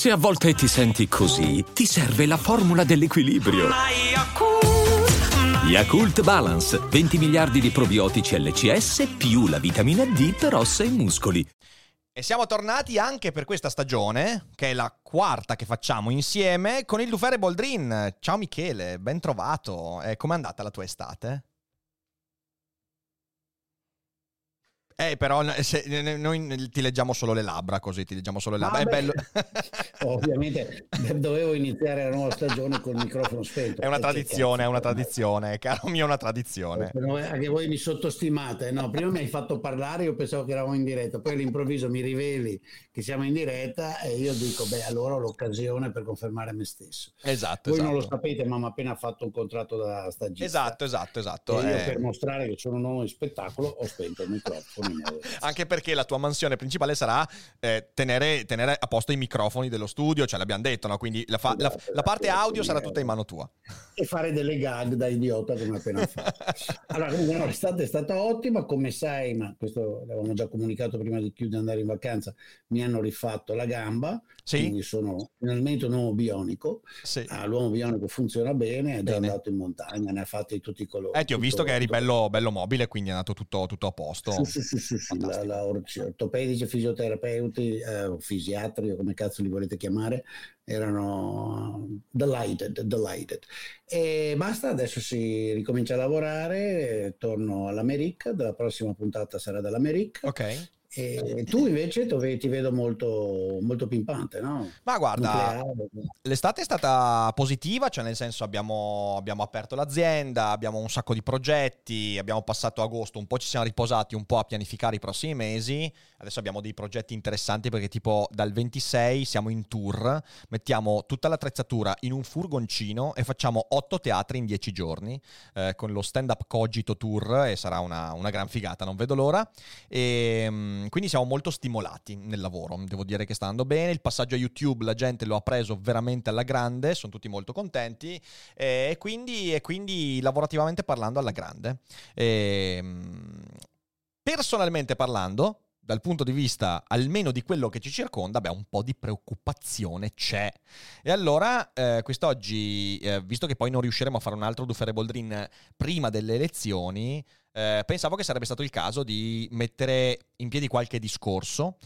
Se a volte ti senti così, ti serve la formula dell'equilibrio. Yakult Balance, 20 miliardi di probiotici LCS più la vitamina D per ossa e muscoli. E siamo tornati anche per questa stagione, che è la quarta che facciamo insieme, con il Dufere Boldrin. Ciao Michele, ben trovato. Com'è andata la tua estate? Però noi ti leggiamo solo le labbra, così ti leggiamo solo le labbra. È bello. Ovviamente dovevo iniziare la nuova stagione col microfono spento. È una tradizione, caro mio, una tradizione. Anche voi mi sottostimate, no? Prima mi hai fatto parlare, io pensavo che eravamo in diretta, poi all'improvviso mi riveli che siamo in diretta e io dico, allora ho l'occasione per confermare me stesso. Esatto. Voi non lo sapete, ma mi ha appena fatto un contratto da stagista. Esatto. E io per mostrare che sono un uomo di spettacolo ho spento il microfono. Anche perché la tua mansione principale sarà tenere a posto i microfoni dello studio, ce l'abbiamo detto, no? Quindi la parte audio sarà tutta in mano tua. E fare delle gag da idiota come appena fatto. Allora, comunque l'estate è stata ottima, come sai, ma questo l'avevamo già comunicato prima di andare in vacanza, mi hanno rifatto la gamba, sì? Quindi sono finalmente un uomo bionico. Sì. L'uomo bionico funziona bene, è già andato in montagna, ne ha fatti tutti i colori. Ti ho visto che eri bello mobile, quindi è andato tutto a posto. Sì, ortopedici, fisioterapeuti, fisiatri, o come cazzo li volete chiamare, erano delighted. E basta, adesso si ricomincia a lavorare, torno all'America, la prossima puntata sarà dall'America. Ok. E tu invece ti vedo molto, molto pimpante, no? Ma guarda, l'estate è stata positiva, cioè nel senso abbiamo aperto l'azienda, abbiamo un sacco di progetti, abbiamo passato agosto, un po' ci siamo riposati, un po' a pianificare i prossimi mesi. Adesso abbiamo dei progetti interessanti perché tipo dal 26 siamo in tour, mettiamo tutta l'attrezzatura in un furgoncino e facciamo 8 teatri in 10 giorni con lo stand-up Cogito Tour, e sarà una gran figata, non vedo l'ora. Quindi siamo molto stimolati nel lavoro, devo dire che sta andando bene. Il passaggio a YouTube la gente lo ha preso veramente alla grande, sono tutti molto contenti, e quindi lavorativamente parlando alla grande. Personalmente parlando, dal punto di vista almeno di quello che ci circonda, un po' di preoccupazione c'è. E allora quest'oggi, visto che poi non riusciremo a fare un altro Dufere Boldrin prima delle elezioni, pensavo che sarebbe stato il caso di mettere in piedi qualche discorso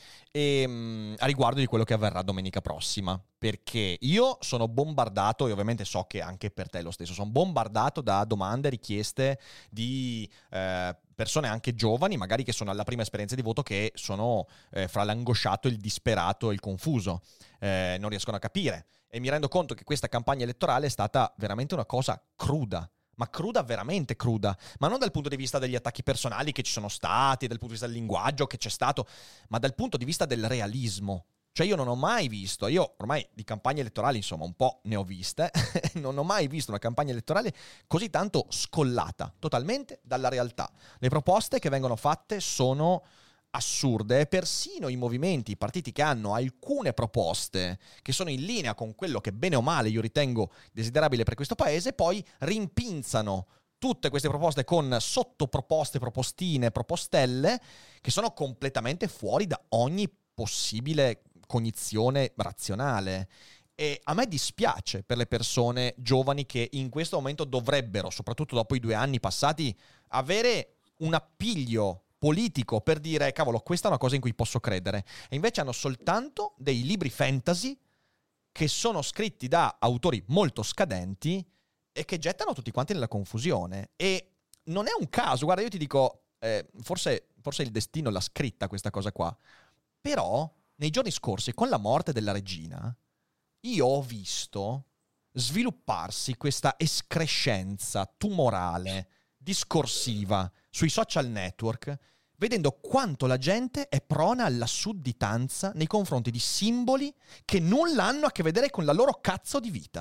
a riguardo di quello che avverrà domenica prossima, perché io sono bombardato, e ovviamente so che anche per te è lo stesso, sono bombardato da domande, richieste di persone anche giovani, magari che sono alla prima esperienza di voto, che sono fra l'angosciato, il disperato e il confuso, non riescono a capire, e mi rendo conto che questa campagna elettorale è stata veramente una cosa cruda, ma cruda, veramente cruda, ma non dal punto di vista degli attacchi personali che ci sono stati, dal punto di vista del linguaggio che c'è stato, ma dal punto di vista del realismo. Cioè io non ho mai visto, io ormai di campagne elettorali insomma un po' ne ho viste, non ho mai visto una campagna elettorale così tanto scollata totalmente dalla realtà. Le proposte che vengono fatte sono assurde, e persino i movimenti, i partiti che hanno alcune proposte che sono in linea con quello che bene o male io ritengo desiderabile per questo paese, poi rimpinzano tutte queste proposte con sottoproposte, propostine, propostelle che sono completamente fuori da ogni possibile cognizione razionale. E a me dispiace per le persone giovani che in questo momento dovrebbero, soprattutto dopo i 2 anni passati, avere un appiglio politico per dire cavolo, questa è una cosa in cui posso credere, e invece hanno soltanto dei libri fantasy che sono scritti da autori molto scadenti e che gettano tutti quanti nella confusione. E non è un caso, guarda, io ti dico, forse il destino l'ha scritta questa cosa qua, però nei giorni scorsi con la morte della regina io ho visto svilupparsi questa escrescenza tumorale, discorsiva sui social network, vedendo quanto la gente è prona alla sudditanza nei confronti di simboli che nulla hanno a che vedere con la loro cazzo di vita.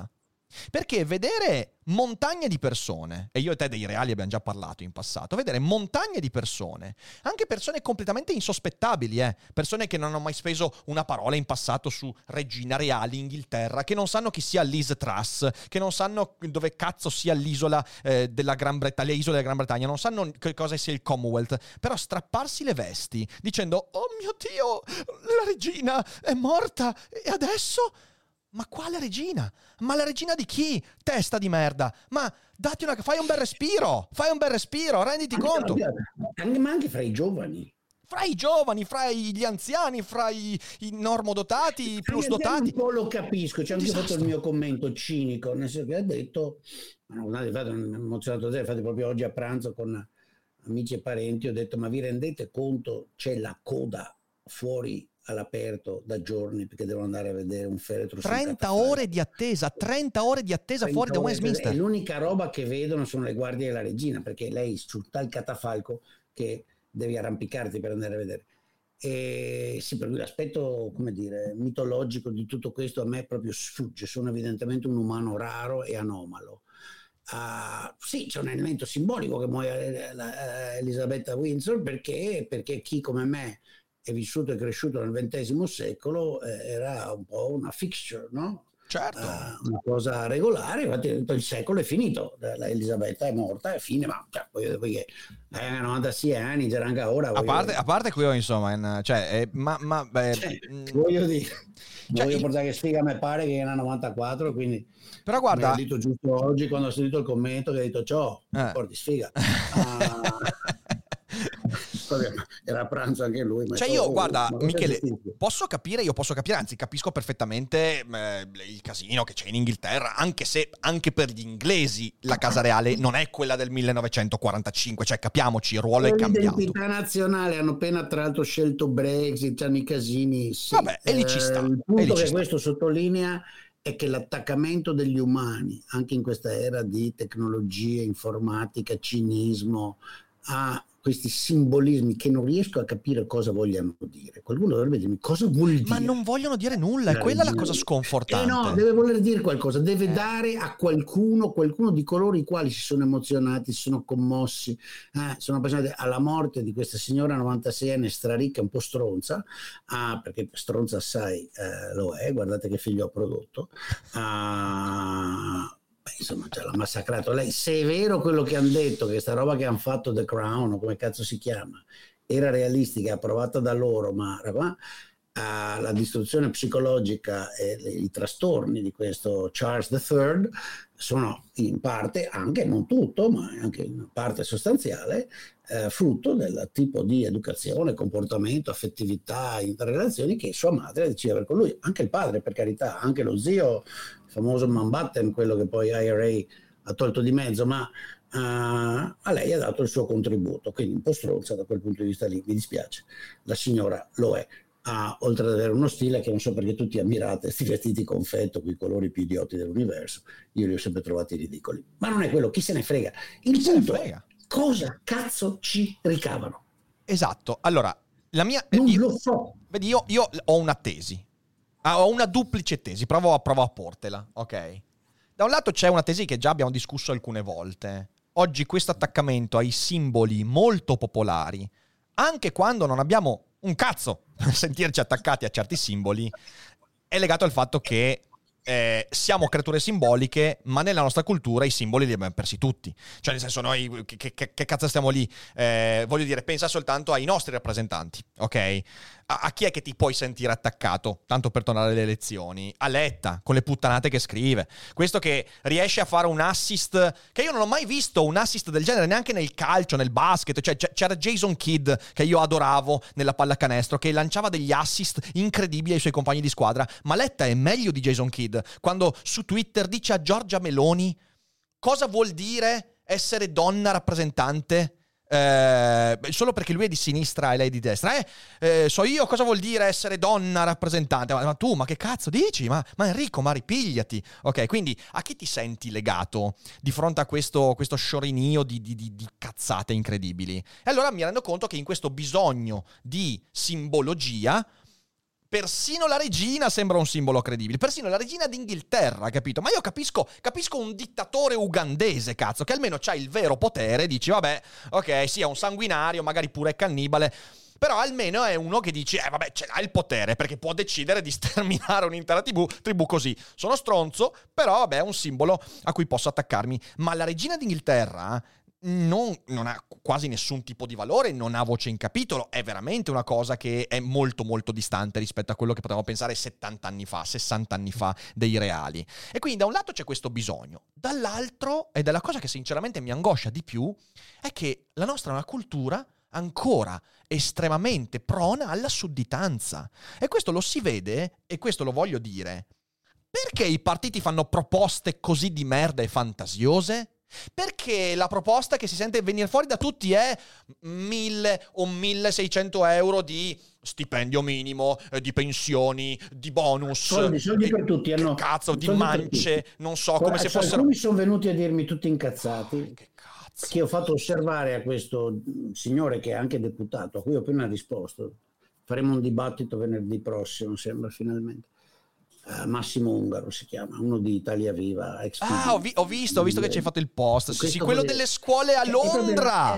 Perché vedere montagne di persone, e io e te dei reali abbiamo già parlato in passato, vedere montagne di persone, anche persone completamente insospettabili, persone che non hanno mai speso una parola in passato su Regina Reali, Inghilterra, che non sanno chi sia Liz Truss, che non sanno dove cazzo sia l'isola della Gran Bretagna, le isole della Gran Bretagna, non sanno che cosa sia il Commonwealth, però strapparsi le vesti dicendo "Oh mio Dio, la regina è morta e adesso?" Ma quale regina? Ma la regina di chi? Testa di merda. Ma fai un bel respiro, renditi conto. Ma anche fra i giovani. Fra i giovani, fra gli anziani, fra i normodotati, i plusdotati. Un po' lo capisco, c'è anche fatto il mio commento cinico, nel senso che ha detto, infatti mi ho emozionato te, infatti proprio oggi a pranzo con amici e parenti ho detto, ma vi rendete conto c'è la coda fuori all'aperto da giorni perché devono andare a vedere un feretro 30 ore di attesa fuori da Westminster. E l'unica roba che vedono sono le guardie della regina, perché lei sul tal catafalco che devi arrampicarti per andare a vedere. E sì, per cui l'aspetto, come dire, mitologico di tutto questo a me proprio sfugge. Sono evidentemente un umano raro e anomalo. Sì, c'è un elemento simbolico che muore Elisabetta Windsor perché chi come me è vissuto e cresciuto nel XX secolo, era un po' una fixture, no? Certo. Una cosa regolare, infatti il secolo è finito, Elisabetta è morta, è fine, ma voglio dire che 96 anni, già anche ora. A parte qui, insomma, voglio dire, voglio portare che sfiga, a me pare che era 94, quindi però guarda, mi ha detto giusto oggi quando ho sentito il commento che ha detto ciao, porti sfiga. Era a pranzo anche lui. Ma guarda, Michele, posso capire, anzi capisco perfettamente il casino che c'è in Inghilterra, anche se anche per gli inglesi la Casa Reale non è quella del 1945, cioè capiamoci, il ruolo è cambiato. L'identità nazionale, hanno appena tra l'altro scelto Brexit, hanno i casini, sì. Vabbè, e lì ci sta. Il punto che questo sottolinea è che l'attaccamento degli umani, anche in questa era di tecnologia, informatica, cinismo, a questi simbolismi che non riesco a capire cosa vogliano dire. Qualcuno dovrebbe dirmi cosa vuol dire. Ma non vogliono dire nulla, è quella la cosa sconfortante. No, deve voler dire qualcosa, deve dare a qualcuno di coloro i quali si sono emozionati, si sono commossi, sono appassionati alla morte di questa signora 96enne straricca, un po' stronza, perché stronza assai lo è, guardate che figlio ha prodotto. Insomma, l'ha massacrato lei. Se è vero quello che hanno detto, che sta roba che hanno fatto The Crown, o come cazzo si chiama, era realistica, approvata da loro, ma la distruzione psicologica e i trastorni di questo Charles III sono in parte, anche non tutto, ma anche in parte sostanziale, frutto del tipo di educazione, comportamento, affettività, interrelazioni che sua madre decide per con lui. Anche il padre, per carità, anche lo zio, il famoso Mountbatten, quello che poi IRA ha tolto di mezzo, ma a lei ha dato il suo contributo, quindi un po' stronza da quel punto di vista lì, mi dispiace. La signora lo è. Oltre ad avere uno stile che non so perché tutti ammirate, questi vestiti confetto con i colori più idioti dell'universo, io li ho sempre trovati ridicoli, ma non è quello, chi se ne frega. Il punto è cosa cazzo ci ricavano. Esatto, allora la mia lo so. Vedi, io ho una tesi, ho una duplice tesi, provo a portela, ok? Da un lato c'è una tesi che già abbiamo discusso alcune volte. Oggi questo attaccamento ai simboli molto popolari, anche quando non abbiamo un cazzo per sentirci attaccati a certi simboli, è legato al fatto che siamo creature simboliche, ma nella nostra cultura i simboli li abbiamo persi tutti. Cioè, nel senso, noi che cazzo stiamo lì? Voglio dire, pensa soltanto ai nostri rappresentanti, ok? A chi è che ti puoi sentire attaccato? Tanto per tornare alle elezioni. A Letta, con le puttanate che scrive. Questo che riesce a fare un assist, che io non ho mai visto un assist del genere, neanche nel calcio, nel basket. Cioè, c'era Jason Kidd, che io adoravo nella pallacanestro, che lanciava degli assist incredibili ai suoi compagni di squadra. Ma Letta è meglio di Jason Kidd. Quando su Twitter dice a Giorgia Meloni cosa vuol dire essere donna rappresentante, solo perché lui è di sinistra e lei di destra, so io cosa vuol dire essere donna rappresentante, ma tu, ma che cazzo dici? Ma Enrico, ma ripigliati. Ok, quindi a chi ti senti legato di fronte a questo sciorinio di cazzate incredibili? E allora mi rendo conto che in questo bisogno di simbologia persino la regina sembra un simbolo credibile, persino la regina d'Inghilterra, capito? Ma io capisco un dittatore ugandese, cazzo, che almeno c'ha il vero potere, dici, vabbè, ok, sì, è un sanguinario, magari pure è cannibale, però almeno è uno che dice, vabbè, ce l'ha il potere, perché può decidere di sterminare un'intera tribù così. Sono stronzo, però vabbè, è un simbolo a cui posso attaccarmi. Ma la regina d'Inghilterra non ha quasi nessun tipo di valore, non ha voce in capitolo, è veramente una cosa che è molto molto distante rispetto a quello che potevamo pensare 70 anni fa, 60 anni fa dei reali. E quindi da un lato c'è questo bisogno, dall'altro, ed è la cosa che sinceramente mi angoscia di più, è che la nostra è una cultura ancora estremamente prona alla sudditanza. E questo lo si vede, e questo lo voglio dire, perché i partiti fanno proposte così di merda e fantasiose? Perché la proposta che si sente venire fuori da tutti è 1.000 o 1.600 euro di stipendio minimo, di pensioni, di bonus, soldi per tutti, che cazzo, di mance, non so, come se fossero... Alcuni sono venuti a dirmi tutti incazzati, che cazzo, che ho fatto osservare a questo signore che è anche deputato, a cui ho appena risposto. Faremo un dibattito venerdì prossimo, sembra, finalmente. Massimo Ungaro si chiama, uno di Italia Viva. Ho visto che ci hai fatto il post. Sì, quello delle scuole a Londra.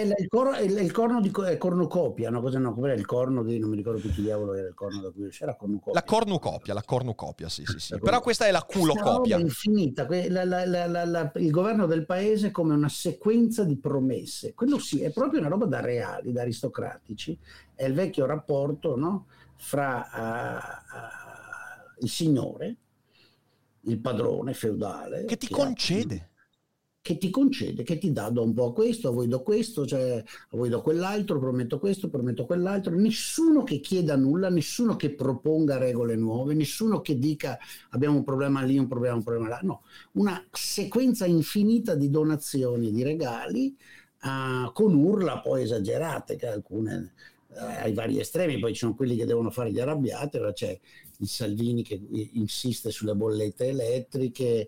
Il corno di cornucopia, no? Cosa no? Com'era il corno di, non mi ricordo più chi diavolo era il corno da cui c'era cornucopia. La cornucopia, sì. Però questa è la culocopia. È infinita. Il governo del paese come una sequenza di promesse. Quello sì, è proprio una roba da reali, da aristocratici. È il vecchio rapporto, no? Fra il signore, il padrone feudale, che ti concede, che ti dà, do un po' questo, a voi do questo, cioè a voi do quell'altro, prometto questo, prometto quell'altro. Nessuno che chieda nulla, nessuno che proponga regole nuove, nessuno che dica abbiamo un problema lì, un problema là. No, una sequenza infinita di donazioni, di regali, con urla poi esagerate, che alcune ai vari estremi. Poi ci sono quelli che devono fare gli arrabbiati, ora c'è il Salvini che insiste sulle bollette elettriche,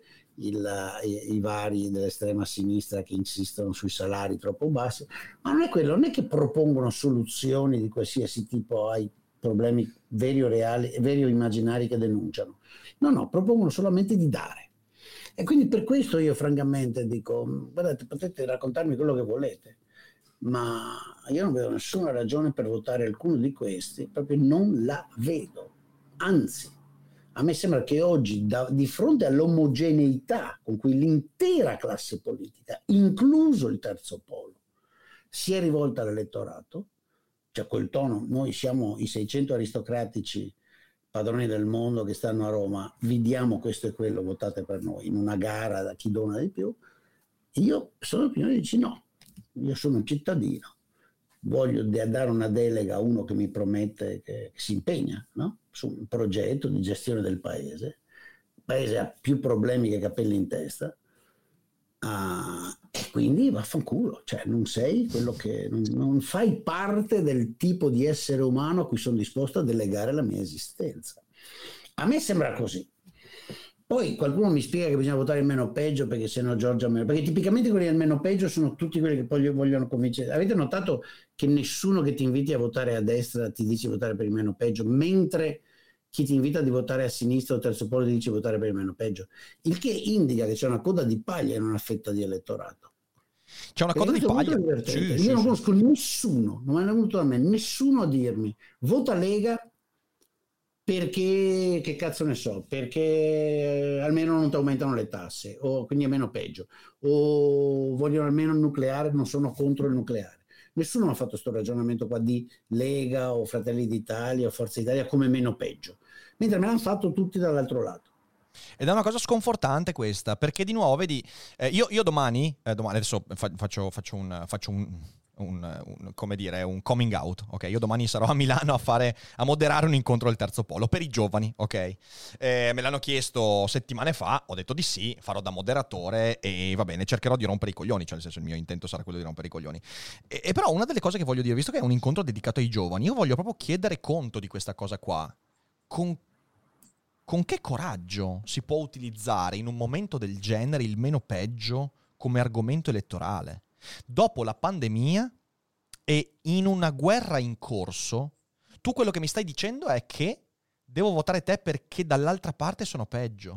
i vari dell'estrema sinistra che insistono sui salari troppo bassi, ma non è quello, non è che propongono soluzioni di qualsiasi tipo ai problemi veri o reali, veri o immaginari che denunciano. No, propongono solamente di dare. E quindi per questo io francamente dico, guardate, potete raccontarmi quello che volete, ma io non vedo nessuna ragione per votare alcuno di questi, proprio non la vedo. Anzi, a me sembra che oggi, di fronte all'omogeneità con cui l'intera classe politica, incluso il terzo polo, si è rivolta all'elettorato, cioè col tono, noi siamo i 600 aristocratici padroni del mondo che stanno a Roma, vi diamo questo e quello, votate per noi, in una gara da chi dona di più. Io sono l'opinione di dici no, io sono un cittadino, voglio dare una delega a uno che mi promette, che si impegna, no? Su un progetto di gestione del paese. Il paese ha più problemi che capelli in testa, e quindi vaffanculo, cioè non sei quello che, non fai parte del tipo di essere umano a cui sono disposto a delegare la mia esistenza. A me sembra così. Poi qualcuno mi spiega che bisogna votare il meno peggio perché sennò Giorgia meno, perché tipicamente quelli del meno peggio sono tutti quelli che poi vogliono convincere. Avete notato che nessuno che ti inviti a votare a destra ti dice votare per il meno peggio, mentre chi ti invita di votare a sinistra o terzo polo ti dice votare per il meno peggio, il che indica che c'è una coda di paglia in una fetta di elettorato. C'è una coda di paglia. Io non conosco nessuno, non è venuto da me nessuno a dirmi vota Lega perché, che cazzo ne so, perché almeno non ti aumentano le tasse, o quindi è meno peggio, o vogliono almeno il nucleare, non sono contro il nucleare. Nessuno ha fatto questo ragionamento qua di Lega o Fratelli d'Italia o Forza Italia come meno peggio, mentre me l'hanno fatto tutti dall'altro lato. Ed è una cosa sconfortante questa, perché di nuovo, vedi, io domani adesso faccio un come dire, un coming out, ok? Io domani sarò a Milano a moderare un incontro del terzo polo per i giovani, ok? Me l'hanno chiesto settimane fa, ho detto di sì, farò da moderatore e va bene, cercherò di rompere i coglioni, cioè nel senso il mio intento sarà quello di rompere i coglioni. E però una delle cose che voglio dire, visto che è un incontro dedicato ai giovani, io voglio proprio chiedere conto di questa cosa qua. Con che coraggio si può utilizzare in un momento del genere il meno peggio come argomento elettorale? Dopo la pandemia e in una guerra in corso, tu quello che mi stai dicendo è che devo votare te perché dall'altra parte sono peggio.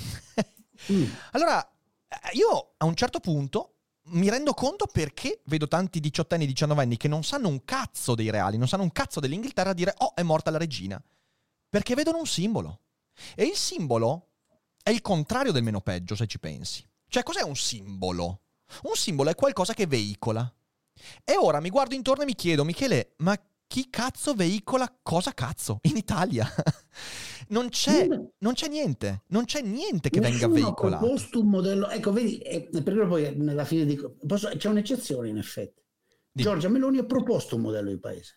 Allora, io a un certo punto mi rendo conto perché vedo tanti 18enni, 19enni che non sanno un cazzo dei reali, non sanno un cazzo dell'Inghilterra dire "oh, è morta la regina", perché vedono un simbolo. E il simbolo è il contrario del meno peggio, se ci pensi. Cioè, cos'è un simbolo? Un simbolo è qualcosa che veicola. E ora mi guardo intorno e mi chiedo, Michele, ma chi cazzo veicola cosa cazzo in Italia? Non c'è niente che venga Nessuno veicolato. ha proposto un modello, ecco, vedi, perché poi nella fine dico, c'è un'eccezione in effetti. Giorgia Meloni ha proposto un modello di paese.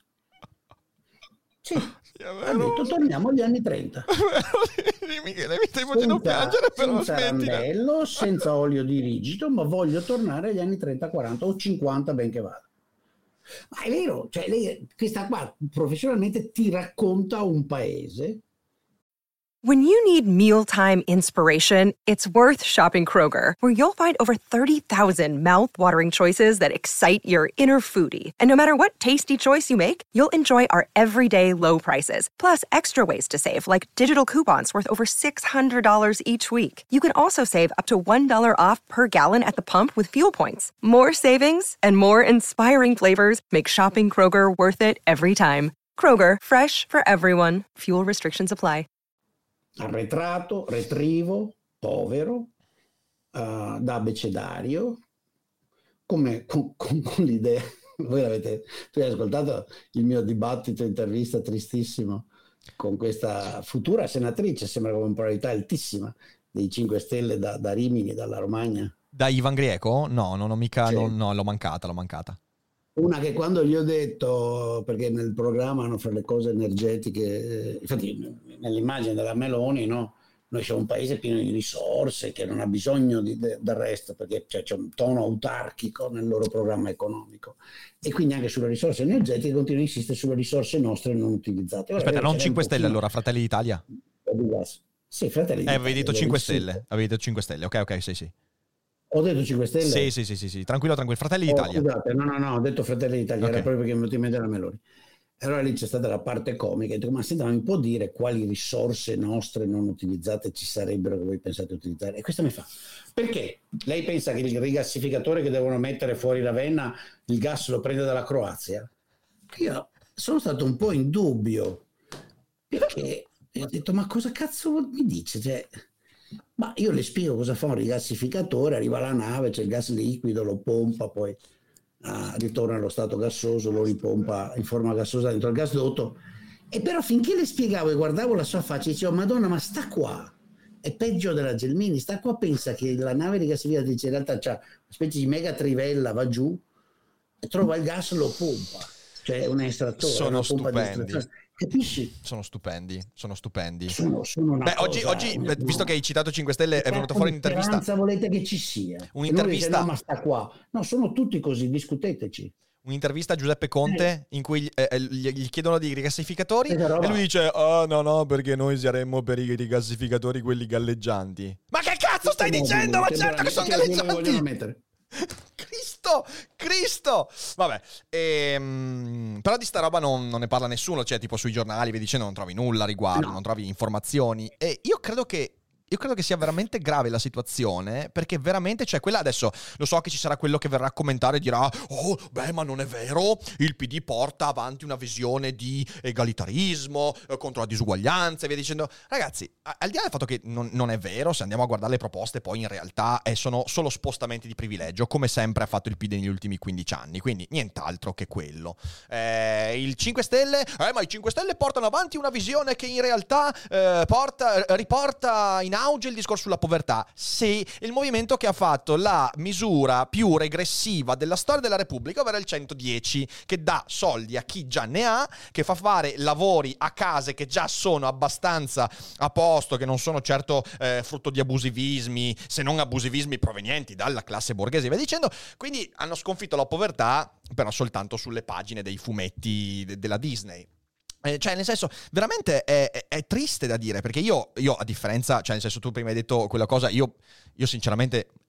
Sì, ha detto torniamo agli anni 30. Michele, mi stai facendo piangere, però senza randello, senza olio di rigido, ma voglio tornare agli anni 30, 40 o 50, ben che vada. Ma è vero, cioè lei, questa qua professionalmente ti racconta un paese. When you need mealtime inspiration, it's worth shopping Kroger, where you'll find over 30,000 mouth-watering choices that excite your inner foodie. And no matter what tasty choice you make, you'll enjoy our everyday low prices, plus extra ways to save, like digital coupons worth over $600 each week. You can also save up to $1 off per gallon at the pump with fuel points. More savings and more inspiring flavors make shopping Kroger worth it every time. Kroger, fresh for everyone. Fuel restrictions apply. Arretrato, retrivo, povero, da abbecedario, come con l'idea. Voi tu hai ascoltato il mio dibattito, intervista tristissimo con questa futura senatrice, sembra con una probabilità altissima, dei 5 Stelle da Rimini, dalla Romagna. Da Ivan Grieco? No, non ho mica, Sì. no, l'ho mancata. Una che quando gli ho detto, perché nel programma fra le cose energetiche, infatti nell'immagine della Meloni, no? Noi siamo un paese pieno di risorse che non ha bisogno del resto, perché c'è un tono autarchico nel loro programma economico, e quindi anche sulle risorse energetiche continua a insistere sulle risorse nostre non utilizzate. Aspetta, non 5 Stelle allora, Fratelli d'Italia? Sì, Fratelli d'Italia. Avevi detto 5 Stelle, ok, sì. Ho detto 5 Stelle? Sì, tranquillo, Fratelli d'Italia. Scusate, no, ho detto Fratelli d'Italia, Okay. Era proprio perché mi è venuto in mente la Meloni. Allora lì c'è stata la parte comica, dico, ma senta, ma mi può dire quali risorse nostre non utilizzate ci sarebbero che voi pensate utilizzare? E questa mi fa, perché lei pensa che il rigassificatore che devono mettere fuori Ravenna, il gas lo prende dalla Croazia? Io sono stato un po' in dubbio, perché ho detto, ma cosa cazzo mi dice? Cioè, ma io le spiego cosa fa un rigassificatore, arriva la nave, c'è il gas liquido, lo pompa, poi ritorna allo stato gassoso, lo ripompa in forma gassosa dentro il gasdotto. E però finché le spiegavo e guardavo la sua faccia, dicevo, Madonna, ma sta qua è peggio della Gelmini, sta qua pensa che la nave rigassificatrice in realtà c'ha una specie di mega trivella, va giù, e trova il gas, lo pompa, cioè un estrattore, Sono una pompa di stupendi. estrazione. Capisci? Sono stupendi. Sono una Beh, cosa, oggi visto che hai citato 5 Stelle, è venuta fuori un'intervista. Speranza volete che ci sia? Un'intervista. Dice, no, ma sta qua. No, sono tutti così, discuteteci. Un'intervista a Giuseppe Conte in cui gli chiedono di rigassificatori roba. e lui dice no, perché noi saremmo per i rigassificatori quelli galleggianti. Ma che cazzo stai dicendo? Ma certo che sono galleggianti! Cristo! Vabbè, però di sta roba non ne parla nessuno, cioè tipo sui giornali vi dicendo non trovi nulla a riguardo, non trovi informazioni, e io credo che sia veramente grave la situazione, perché veramente, cioè, quella adesso lo so che ci sarà quello che verrà a commentare e dirà ma non è vero, il PD porta avanti una visione di egalitarismo contro la disuguaglianza e via dicendo. Ragazzi, al di là del fatto che non è vero, se andiamo a guardare le proposte poi in realtà sono solo spostamenti di privilegio, come sempre ha fatto il PD negli ultimi 15 anni, quindi nient'altro che quello. Il 5 Stelle, ma i 5 Stelle portano avanti una visione che in realtà riporta in auge il discorso sulla povertà. Sì, il movimento che ha fatto la misura più regressiva della storia della Repubblica, ovvero il 110, che dà soldi a chi già ne ha, che fa fare lavori a case che già sono abbastanza a posto, che non sono certo frutto di abusivismi, se non abusivismi provenienti dalla classe borghese, via dicendo. Quindi hanno sconfitto la povertà, però soltanto sulle pagine dei fumetti della Disney. Cioè, nel senso, veramente è triste da dire, perché io a differenza, cioè nel senso, tu prima hai detto quella cosa, io sinceramente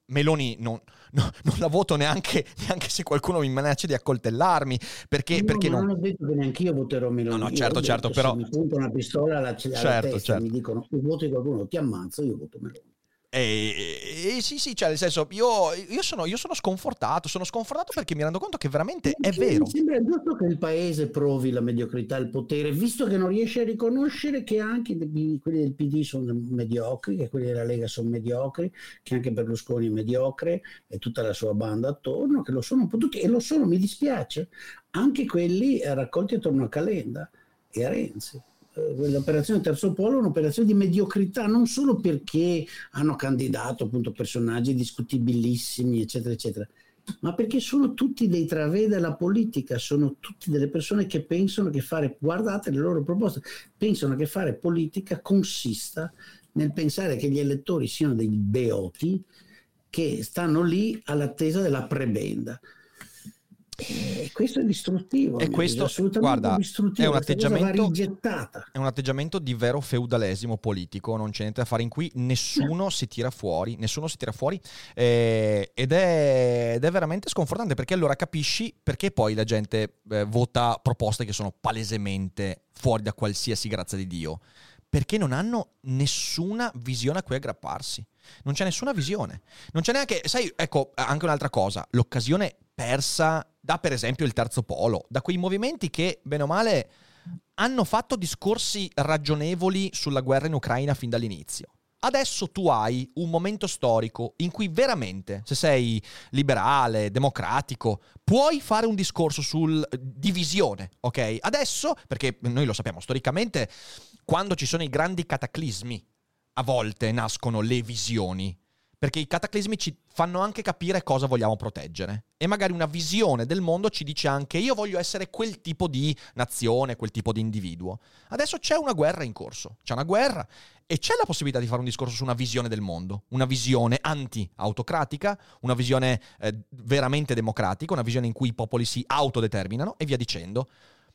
Meloni non la voto neanche se qualcuno mi minaccia di accoltellarmi, perché non ho detto che neanche io voterò Meloni. No, certo, però se mi punta una pistola alla testa e mi dicono tu voti qualcuno, ti ammazzo, io voto Meloni. Sì, cioè nel senso io sono sconfortato perché mi rendo conto che veramente è vero. Mi sembra giusto che il paese provi la mediocrità, il potere, visto che non riesce a riconoscere che anche quelli del PD sono mediocri, che quelli della Lega sono mediocri, che anche Berlusconi è mediocre e tutta la sua banda attorno, che lo sono un po' tutti, e lo sono, mi dispiace, anche quelli raccolti attorno a Calenda e a Renzi. L'operazione Terzo Polo è un'operazione di mediocrità, non solo perché hanno candidato appunto personaggi discutibilissimi eccetera eccetera, ma perché sono tutti dei travé della politica, sono tutti delle persone che pensano che guardate le loro proposte, pensano che fare politica consista nel pensare che gli elettori siano dei beoti che stanno lì all'attesa della prebenda. E questo è distruttivo, e questo, assolutamente guarda, distruttivo. è un atteggiamento di vero feudalesimo politico, non c'è niente da fare in cui, nessuno si tira fuori, ed è veramente sconfortante, perché allora capisci perché poi la gente vota proposte che sono palesemente fuori da qualsiasi grazia di Dio, perché non hanno nessuna visione a cui aggrapparsi. Non c'è nessuna visione. Non c'è neanche, sai, ecco, anche un'altra cosa, l'occasione persa da, per esempio, il Terzo Polo, da quei movimenti che, bene o male, hanno fatto discorsi ragionevoli sulla guerra in Ucraina fin dall'inizio. Adesso tu hai un momento storico in cui veramente, se sei liberale, democratico, puoi fare un discorso sul divisione, ok? Adesso, perché noi lo sappiamo storicamente, quando ci sono i grandi cataclismi, a volte nascono le visioni, perché i cataclismi ci fanno anche capire cosa vogliamo proteggere, e magari una visione del mondo ci dice anche io voglio essere quel tipo di nazione, quel tipo di individuo. Adesso c'è una guerra in corso, c'è una guerra e c'è la possibilità di fare un discorso su una visione del mondo, una visione anti-autocratica, una visione veramente democratica, una visione in cui i popoli si autodeterminano e via dicendo.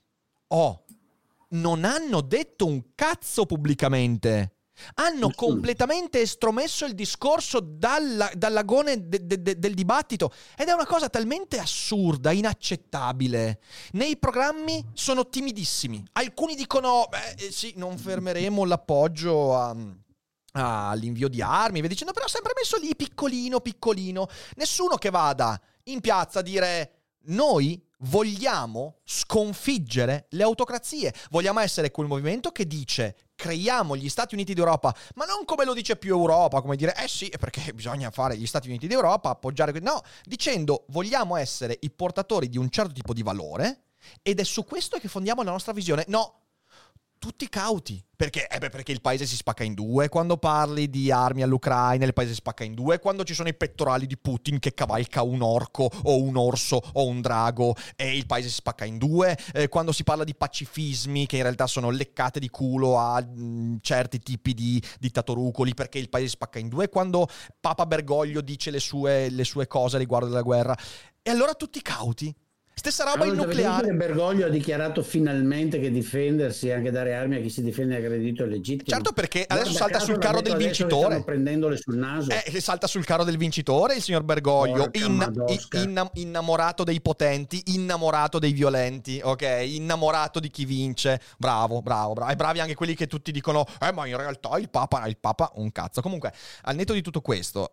Non hanno detto un cazzo pubblicamente. Completamente estromesso il discorso dall'agone del dibattito, ed è una cosa talmente assurda, inaccettabile. Nei programmi sono timidissimi. Alcuni dicono sì, non fermeremo l'appoggio all'invio di armi, via dicendo, però sempre messo lì piccolino. Nessuno che vada in piazza a dire noi vogliamo sconfiggere le autocrazie, vogliamo essere quel movimento che dice creiamo gli Stati Uniti d'Europa, ma non come lo dice più Europa, come dire sì, perché bisogna fare gli Stati Uniti d'Europa, appoggiare, no, dicendo vogliamo essere i portatori di un certo tipo di valore ed è su questo che fondiamo la nostra visione. No, tutti cauti, perché il paese si spacca in due quando parli di armi all'Ucraina, il paese si spacca in due quando ci sono i pettorali di Putin che cavalca un orco o un orso o un drago, e il paese si spacca in due quando si parla di pacifismi che in realtà sono leccate di culo a certi tipi di dittatorucoli, perché il paese si spacca in due quando Papa Bergoglio dice le sue cose riguardo della guerra, e allora tutti cauti. Stessa roba il nucleare. Bergoglio ha dichiarato finalmente che difendersi e anche dare armi a chi si difende è aggredito e legittimo. Certo, perché adesso salta sul carro del vincitore. Stanno prendendole sul naso. Salta sul carro del vincitore il signor Bergoglio, innamorato dei potenti, innamorato dei violenti, ok? Innamorato di chi vince. Bravo. E bravi anche quelli che tutti dicono ma in realtà il Papa un cazzo. Comunque, al netto di tutto questo,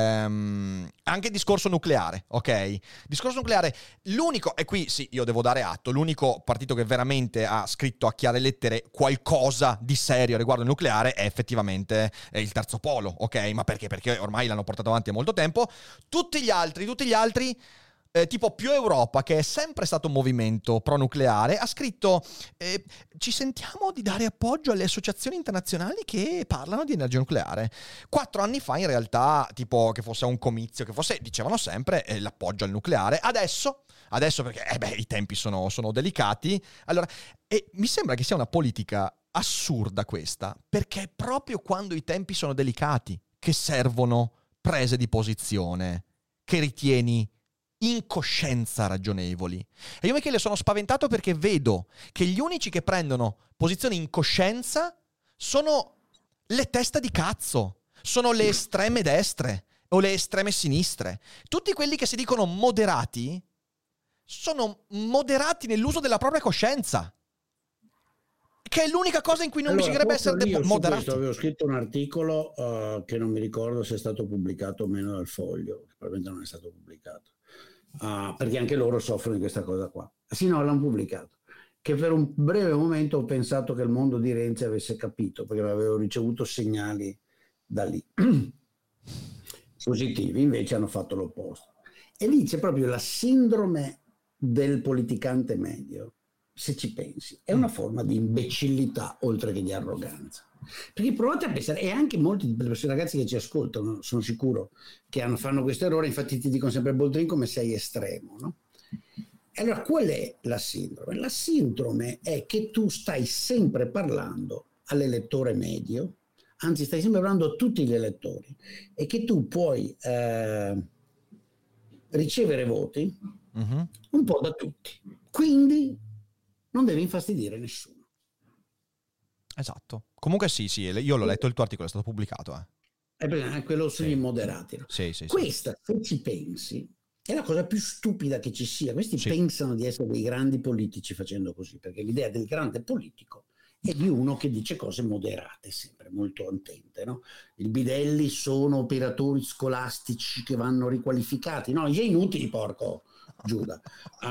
anche discorso nucleare, ok? Discorso nucleare, l'unico, e qui sì, io devo dare atto, l'unico partito che veramente ha scritto a chiare lettere qualcosa di serio riguardo il nucleare è effettivamente il Terzo Polo, ok? Ma perché? Perché ormai l'hanno portato avanti a molto tempo. Tutti gli altri, tipo Più Europa, che è sempre stato un movimento pro-nucleare, ha scritto ci sentiamo di dare appoggio alle associazioni internazionali che parlano di energia nucleare. 4 anni fa in realtà, tipo che fosse un comizio, che fosse, dicevano sempre l'appoggio al nucleare. Adesso perché i tempi sono delicati, allora, e mi sembra che sia una politica assurda questa, perché è proprio quando i tempi sono delicati che servono prese di posizione che ritieni in coscienza ragionevoli. E io, Michele, sono spaventato perché vedo che gli unici che prendono posizioni in coscienza sono le teste di cazzo, sono le estreme destre. o le estreme sinistre. Tutti quelli che si dicono moderati sono moderati nell'uso della propria coscienza, che è l'unica cosa in cui non bisognerebbe essere moderati. Avevo scritto un articolo che non mi ricordo se è stato pubblicato o meno dal Foglio, che probabilmente non è stato pubblicato, perché anche loro soffrono di questa cosa qua. Sì, no, l'hanno pubblicato. Che per un breve momento ho pensato che il mondo di Renzi avesse capito, perché avevo ricevuto segnali da lì positivi, invece hanno fatto l'opposto. E lì c'è proprio la sindrome del politicante medio, se ci pensi, è una forma di imbecillità oltre che di arroganza. Perché provate a pensare, e anche molti dei ragazzi che ci ascoltano, sono sicuro che fanno questo errore, infatti ti dicono sempre Boldrin come sei estremo, no? Allora, qual è la sindrome? La sindrome è che tu stai sempre parlando all'elettore medio, anzi stai sempre parlando a tutti gli elettori, e che tu puoi ricevere voti un po' da tutti. Quindi non devi infastidire nessuno. Esatto. Comunque sì, io l'ho letto, il tuo articolo è stato pubblicato. È quello sugli immoderati. No? Sì. Questa, se ci pensi, è la cosa più stupida che ci sia. Questi pensano di essere dei grandi politici facendo così, perché l'idea del grande politico è di uno che dice cose moderate, sempre molto attente, no? Il bidelli sono operatori scolastici che vanno riqualificati, no, gli è inutili, porco Giuda.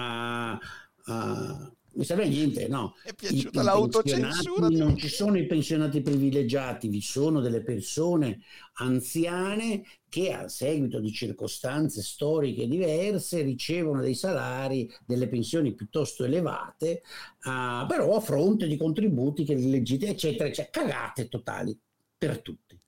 Mi serve niente, no? È piaciuta l'autocensura. Non ci sono i pensionati privilegiati, vi sono delle persone anziane che a seguito di circostanze storiche diverse ricevono dei salari, delle pensioni piuttosto elevate, però a fronte di contributi che li leggete, eccetera, cagate totali per tutti.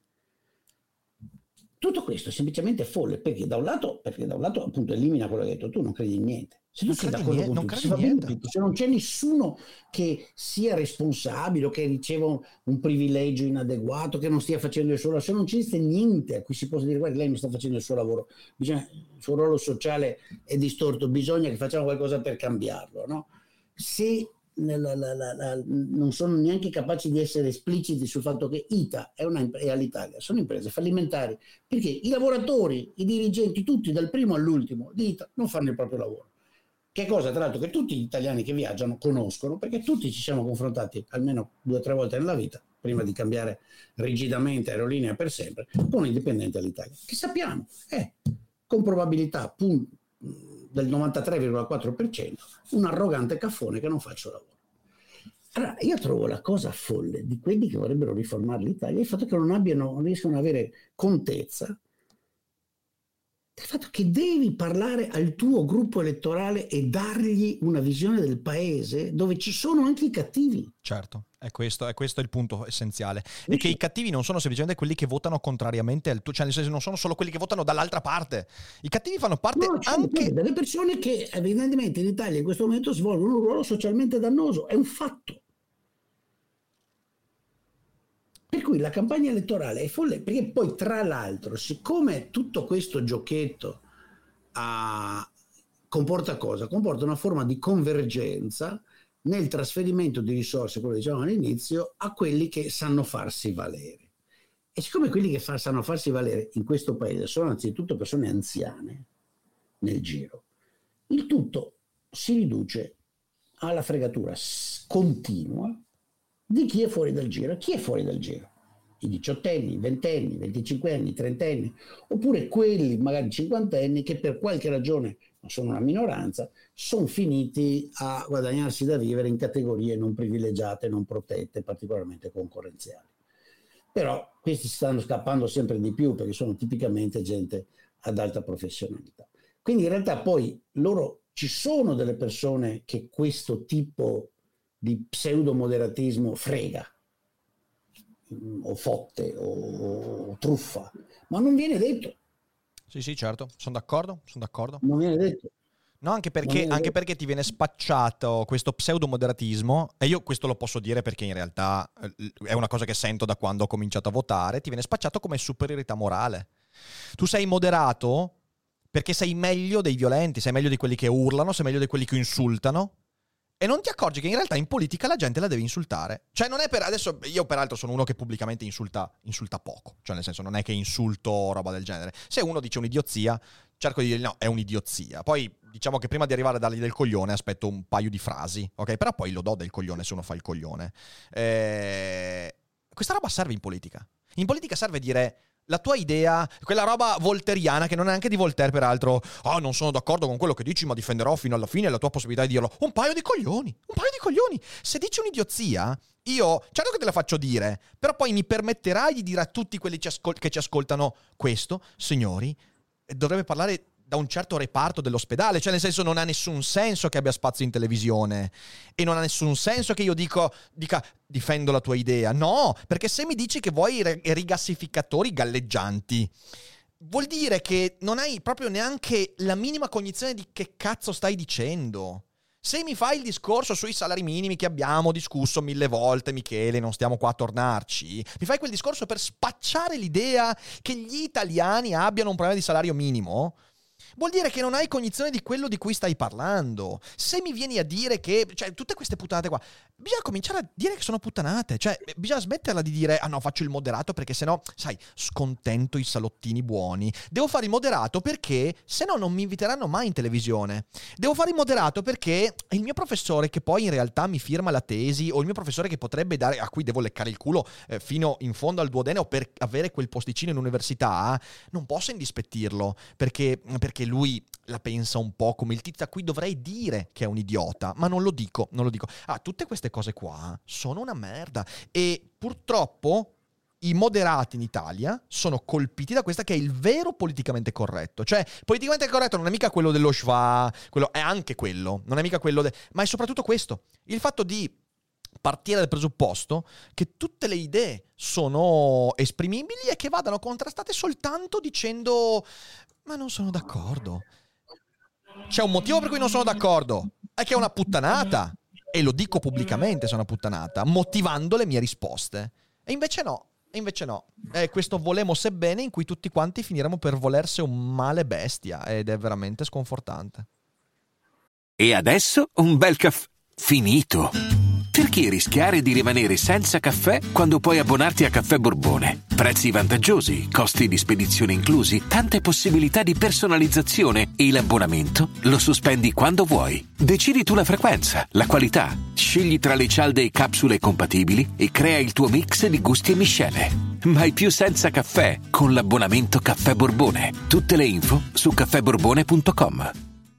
Tutto questo è semplicemente folle, perché da un lato appunto elimina quello che hai detto tu, non credi in niente. Se tu sei d'accordo con tutti, se non c'è nessuno che sia responsabile o che riceva un privilegio inadeguato, che non stia facendo il suo lavoro, se non c'è niente a cui si possa dire guarda, lei non sta facendo il suo lavoro, il suo ruolo sociale è distorto, bisogna che facciamo qualcosa per cambiarlo, no? Se non sono neanche capaci di essere espliciti sul fatto che ITA e all'Italia sono imprese fallimentari, perché i lavoratori, i dirigenti, tutti dal primo all'ultimo di ITA non fanno il proprio lavoro. Che cosa tra l'altro che tutti gli italiani che viaggiano conoscono, perché tutti ci siamo confrontati almeno 2 o 3 volte nella vita, prima di cambiare rigidamente aerolinea per sempre, con i dipendenti all'Italia, che sappiamo è con probabilità del 93,4% un arrogante caffone che non fa il suo lavoro. Allora, io trovo la cosa folle di quelli che vorrebbero riformare l'Italia il fatto che non riescono ad avere contezza del fatto che devi parlare al tuo gruppo elettorale e dargli una visione del paese dove ci sono anche i cattivi. Certo, è questo il punto essenziale. E che i cattivi non sono semplicemente quelli che votano contrariamente al tuo, cioè nel senso non sono solo quelli che votano dall'altra parte. I cattivi fanno parte anche delle persone che evidentemente in Italia in questo momento svolgono un ruolo socialmente dannoso, è un fatto. Per cui la campagna elettorale è folle, perché poi tra l'altro, siccome tutto questo giochetto comporta cosa? Comporta una forma di convergenza nel trasferimento di risorse, come dicevamo all'inizio, a quelli che sanno farsi valere. E siccome quelli che sanno farsi valere in questo paese sono anzitutto persone anziane nel giro, il tutto si riduce alla fregatura continua di chi è fuori dal giro. Chi è fuori dal giro? I 18enni, i 20enni, i 25enni, i 30enni, oppure quelli magari 50enni che per qualche ragione, ma sono una minoranza, sono finiti a guadagnarsi da vivere in categorie non privilegiate, non protette, particolarmente concorrenziali. Però questi stanno scappando sempre di più perché sono tipicamente gente ad alta professionalità. Quindi in realtà poi ci sono delle persone che questo tipo di pseudo-moderatismo frega, o fotte, o truffa, ma non viene detto. Sì, certo, sono d'accordo. Non viene detto. No, anche perché ti viene spacciato questo pseudo-moderatismo, e io questo lo posso dire perché in realtà è una cosa che sento da quando ho cominciato a votare, ti viene spacciato come superiorità morale. Tu sei moderato perché sei meglio dei violenti, sei meglio di quelli che urlano, sei meglio di quelli che insultano, e non ti accorgi che in realtà in politica la gente la devi insultare. Cioè non è per... Adesso io peraltro sono uno che pubblicamente insulta poco. Cioè nel senso non è che insulto roba del genere. Se uno dice un'idiozia, cerco di dire no, è un'idiozia. Poi diciamo che prima di arrivare a dargli del coglione aspetto un paio di frasi, ok? Però poi lo do del coglione se uno fa il coglione. Questa roba serve in politica. In politica serve dire... La tua idea, quella roba voltairiana, che non è anche di Voltaire peraltro, non sono d'accordo con quello che dici ma difenderò fino alla fine la tua possibilità di dirlo. Un paio di coglioni. Se dici un'idiozia, io certo che te la faccio dire, però poi mi permetterai di dire a tutti quelli che ci ascoltano questo, signori, dovrebbe parlare da un certo reparto dell'ospedale, cioè nel senso non ha nessun senso che abbia spazio in televisione e non ha nessun senso che io dica difendo la tua idea, no, perché se mi dici che vuoi rigassificatori galleggianti vuol dire che non hai proprio neanche la minima cognizione di che cazzo stai dicendo. Se mi fai il discorso sui salari minimi che abbiamo discusso 1000 volte, Michele, non stiamo qua a tornarci, mi fai quel discorso per spacciare l'idea che gli italiani abbiano un problema di salario minimo, vuol dire che non hai cognizione di quello di cui stai parlando. Se mi vieni a dire che, cioè, tutte queste puttanate qua, bisogna cominciare a dire che sono puttanate. Cioè, bisogna smetterla di dire, no, faccio il moderato perché sennò, sai, scontento i salottini buoni. Devo fare il moderato perché sennò non mi inviteranno mai in televisione. Devo fare il moderato perché il mio professore, che poi in realtà mi firma la tesi, o il mio professore che potrebbe dare, a cui devo leccare il culo fino in fondo al duodeno per avere quel posticino in università, non posso indispettirlo perché lui la pensa un po' come il tizio a cui dovrei dire che è un idiota, ma non lo dico. Tutte queste cose qua sono una merda e purtroppo i moderati in Italia sono colpiti da questa che è il vero politicamente corretto. Cioè, politicamente corretto non è mica quello dello schwa, quello è anche quello, non è mica quello ma è soprattutto questo, il fatto di partire dal presupposto che tutte le idee sono esprimibili e che vadano contrastate soltanto dicendo ma non sono d'accordo. C'è un motivo per cui non sono d'accordo, è che è una puttanata e lo dico pubblicamente se è una puttanata, motivando le mie risposte. E invece no. È questo volemo sebbene in cui tutti quanti finiremo per volersi un male bestia ed è veramente sconfortante. E adesso un bel caffè finito. Perché rischiare di rimanere senza caffè quando puoi abbonarti a Caffè Borbone? Prezzi vantaggiosi, costi di spedizione inclusi, tante possibilità di personalizzazione e l'abbonamento lo sospendi quando vuoi. Decidi tu la frequenza, la qualità, scegli tra le cialde e capsule compatibili e crea il tuo mix di gusti e miscele. Mai più senza caffè con l'abbonamento Caffè Borbone. Tutte le info su caffèborbone.com.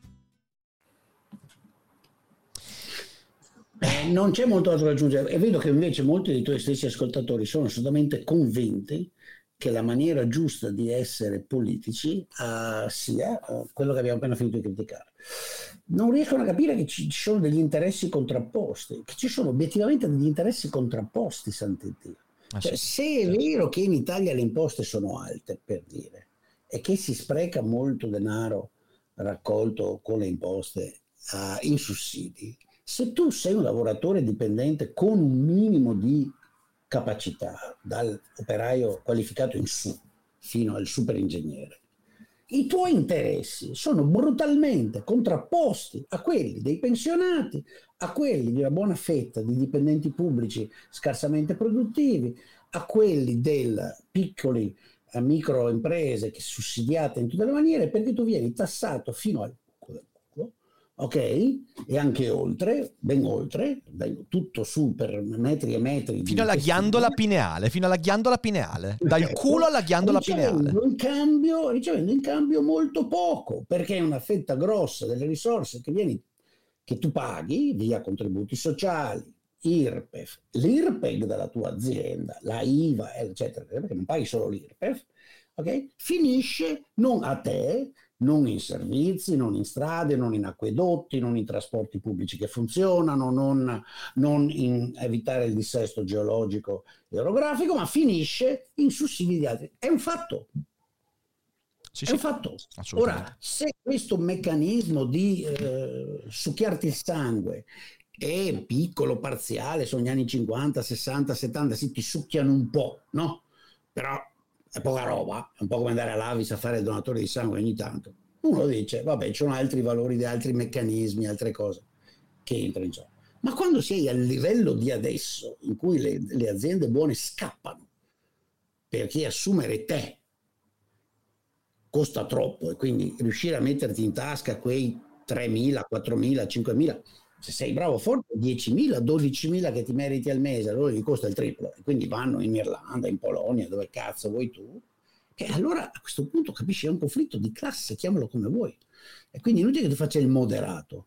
Non c'è molto altro da aggiungere e vedo che invece molti dei tuoi stessi ascoltatori sono assolutamente convinti che la maniera giusta di essere politici sia quello che abbiamo appena finito di criticare. Non riescono a capire che ci sono degli interessi contrapposti, che ci sono obiettivamente degli interessi contrapposti, sant'Iddio. Cioè, se è vero che in Italia le imposte sono alte, per dire, e che si spreca molto denaro raccolto con le imposte in sussidi, se tu sei un lavoratore dipendente con un minimo di capacità, dal operaio qualificato in su fino al superingegnere, i tuoi interessi sono brutalmente contrapposti a quelli dei pensionati, a quelli di una buona fetta di dipendenti pubblici scarsamente produttivi, a quelli delle piccole microimprese che sussidiate in tutte le maniere, perché tu vieni tassato fino al ok? E anche oltre, ben oltre, tutto su per metri e metri. Fino alla ghiandola pineale, dal culo alla ghiandola pineale. Ricevendo in cambio molto poco, perché è una fetta grossa delle risorse che tu paghi via contributi sociali, IRPEF, l'IRPEG della tua azienda, la IVA, eccetera, perché non paghi solo l'IRPEF, ok? Finisce non a te, non in servizi, non in strade, non in acquedotti, non in trasporti pubblici che funzionano, non in evitare il dissesto geologico e orografico, ma finisce in sussidi di altri. È un fatto. È un fatto. Ora, se questo meccanismo di succhiarti il sangue è piccolo, parziale, sono gli anni 50, 60, 70, sì, ti succhiano un po', no? Però è poca roba, è un po' come andare all'Avis a fare il donatore di sangue ogni tanto. Uno dice, vabbè, ci sono altri valori, altri meccanismi, altre cose. che entra in gioco. Ma quando sei al livello di adesso, in cui le aziende buone scappano, perché assumere te costa troppo, e quindi riuscire a metterti in tasca quei 3.000, 4.000, 5.000, se sei bravo forte, 10.000, 12.000 che ti meriti al mese, allora gli costa il triplo, e quindi vanno in Irlanda, in Polonia, dove cazzo vuoi tu, e allora a questo punto capisci, è un conflitto di classe, chiamalo come vuoi, e quindi inutile che tu faccia il moderato,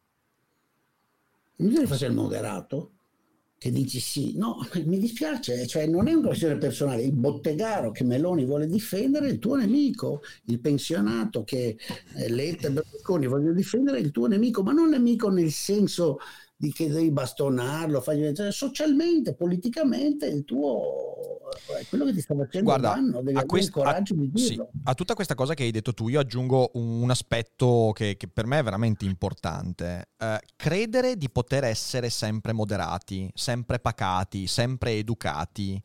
che dici sì, no, mi dispiace, cioè non è una questione personale, il bottegaro che Meloni vuole difendere è il tuo nemico, il pensionato che Letta e Berlusconi vogliono difendere è il tuo nemico, ma non nemico nel senso di che devi bastonarlo, fargli diventare socialmente, politicamente il tuo, è quello che ti sta facendo danno, devi avere il coraggio di dirlo. Sì, a tutta questa cosa che hai detto tu io aggiungo un aspetto che per me è veramente importante. Credere di poter essere sempre moderati, sempre pacati, sempre educati,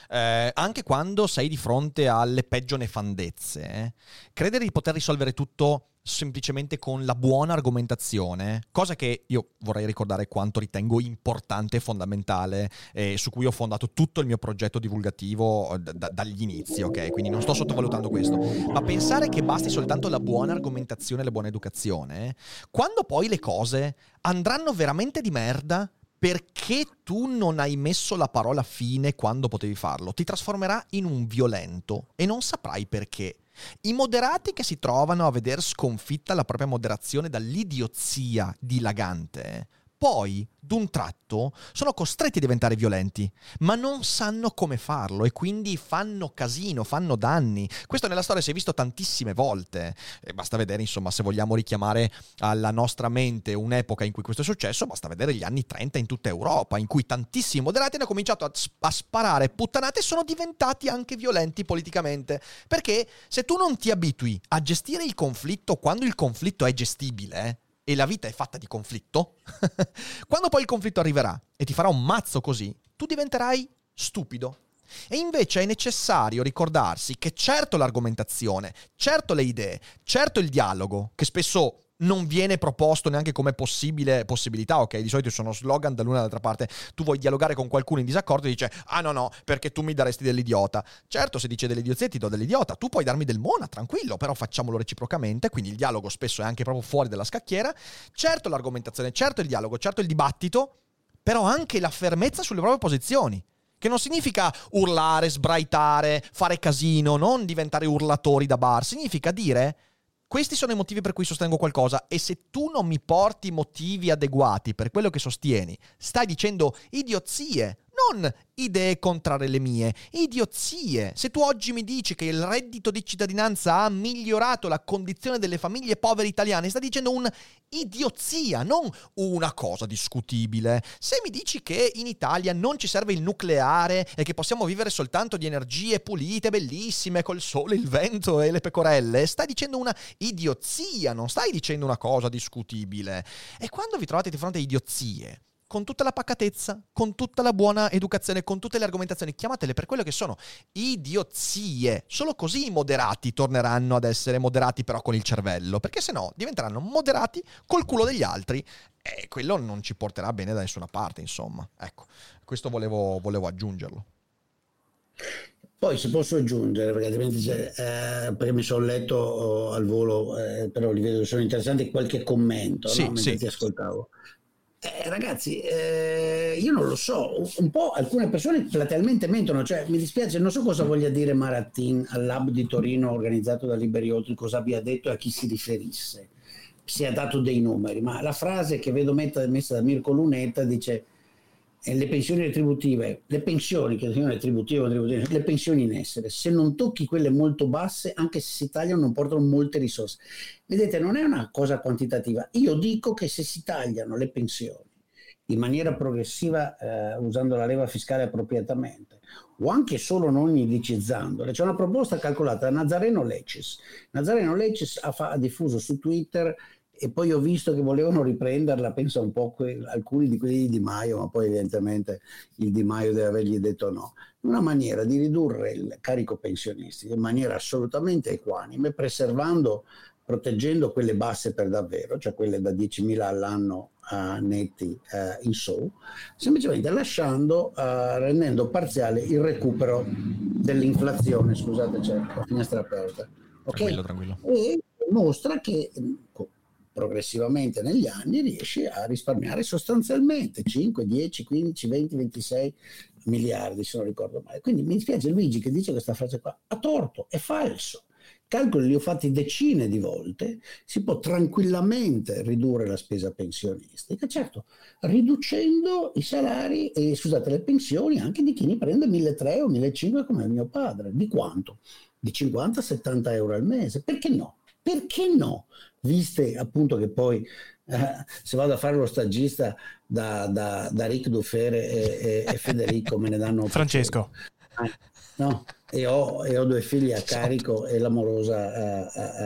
anche quando sei di fronte alle peggio nefandezze, credere di poter risolvere tutto semplicemente con la buona argomentazione, cosa che io vorrei ricordare quanto ritengo importante e fondamentale, su cui ho fondato tutto il mio progetto divulgativo dagli inizi, ok? Quindi non sto sottovalutando questo, ma pensare che basti soltanto la buona argomentazione e la buona educazione, quando poi le cose andranno veramente di merda perché tu non hai messo la parola fine quando potevi farlo, ti trasformerà in un violento e non saprai perché. I moderati che si trovano a veder sconfitta la propria moderazione dall'idiozia dilagante, poi, d'un tratto, sono costretti a diventare violenti, ma non sanno come farlo e quindi fanno casino, fanno danni. Questo nella storia si è visto tantissime volte. E basta vedere, insomma, se vogliamo richiamare alla nostra mente un'epoca in cui questo è successo, basta vedere gli anni 30 in tutta Europa, in cui tantissimi moderati hanno cominciato a sparare puttanate e sono diventati anche violenti politicamente. Perché se tu non ti abitui a gestire il conflitto quando il conflitto è gestibile, e la vita è fatta di conflitto, quando poi il conflitto arriverà e ti farà un mazzo così, tu diventerai stupido. E invece è necessario ricordarsi che certo l'argomentazione, certo le idee, certo il dialogo, che spesso non viene proposto neanche come possibilità, ok? Di solito sono slogan dall'una all'altra parte. Tu vuoi dialogare con qualcuno in disaccordo e dice ah no, perché tu mi daresti dell'idiota. Certo, se dice dell'idiozie ti do dell'idiota, tu puoi darmi del mona, tranquillo, però facciamolo reciprocamente, quindi il dialogo spesso è anche proprio fuori dalla scacchiera. Certo l'argomentazione, certo il dialogo, certo il dibattito, però anche la fermezza sulle proprie posizioni. Che non significa urlare, sbraitare, fare casino, non diventare urlatori da bar, significa dire questi sono i motivi per cui sostengo qualcosa e se tu non mi porti motivi adeguati per quello che sostieni, stai dicendo idiozie, non idee contrarie alle mie, idiozie. Se tu oggi mi dici che il reddito di cittadinanza ha migliorato la condizione delle famiglie povere italiane, stai dicendo un'idiozia, non una cosa discutibile. Se mi dici che in Italia non ci serve il nucleare e che possiamo vivere soltanto di energie pulite, bellissime, col sole, il vento e le pecorelle, stai dicendo una idiozia, non stai dicendo una cosa discutibile. E quando vi trovate di fronte a idiozie, con tutta la pacatezza, con tutta la buona educazione, con tutte le argomentazioni, chiamatele per quello che sono, idiozie. Solo così i moderati torneranno ad essere moderati però con il cervello, perché se no diventeranno moderati col culo degli altri e quello non ci porterà bene da nessuna parte, insomma. Ecco, questo volevo aggiungerlo. Poi se posso aggiungere, perché mi sono letto al volo, però li vedo che sono interessanti, qualche commento, sì, no? Mentre ti ascoltavo. Ragazzi, io non lo so, un po' alcune persone platealmente mentono, cioè mi dispiace, non so cosa voglia dire Marattin al Lab di Torino organizzato da Liberi Oltre, cosa abbia detto e a chi si riferisse, si è dato dei numeri, ma la frase che vedo messa da Mirko Lunetta dice le pensioni retributive, le pensioni in essere, se non tocchi quelle molto basse, anche se si tagliano non portano molte risorse. Vedete, non è una cosa quantitativa. Io dico che se si tagliano le pensioni in maniera progressiva, usando la leva fiscale appropriatamente, o anche solo non indicizzandole, c'è una proposta calcolata da Nazareno Lecis. Nazareno Lecis ha diffuso su Twitter, e poi ho visto che volevano riprenderla, penso un po' alcuni di quelli di Di Maio, ma poi evidentemente il Di Maio deve avergli detto no. Una maniera di ridurre il carico pensionistico in maniera assolutamente equanime, preservando proteggendo quelle basse per davvero, cioè quelle da 10.000 all'anno netti in su, semplicemente rendendo parziale il recupero dell'inflazione. Scusate, c'è la finestra aperta. Okay? Tranquillo. E mostra che progressivamente negli anni riesce a risparmiare sostanzialmente 5, 10, 15, 20, 26 miliardi, se non ricordo male. Quindi mi dispiace Luigi che dice questa frase qua, ha torto, è falso. Calcoli li ho fatti decine di volte, si può tranquillamente ridurre la spesa pensionistica, certo, riducendo i salari e le pensioni anche di chi ne prende 1.300 o 1.500 come mio padre. Di quanto? Di 50-70 euro al mese. Perché no? Perché no? Viste appunto che poi se vado a fare lo stagista da Ric Dufer e Federico me ne danno Francesco. No, e ho 2 figli a carico e l'amorosa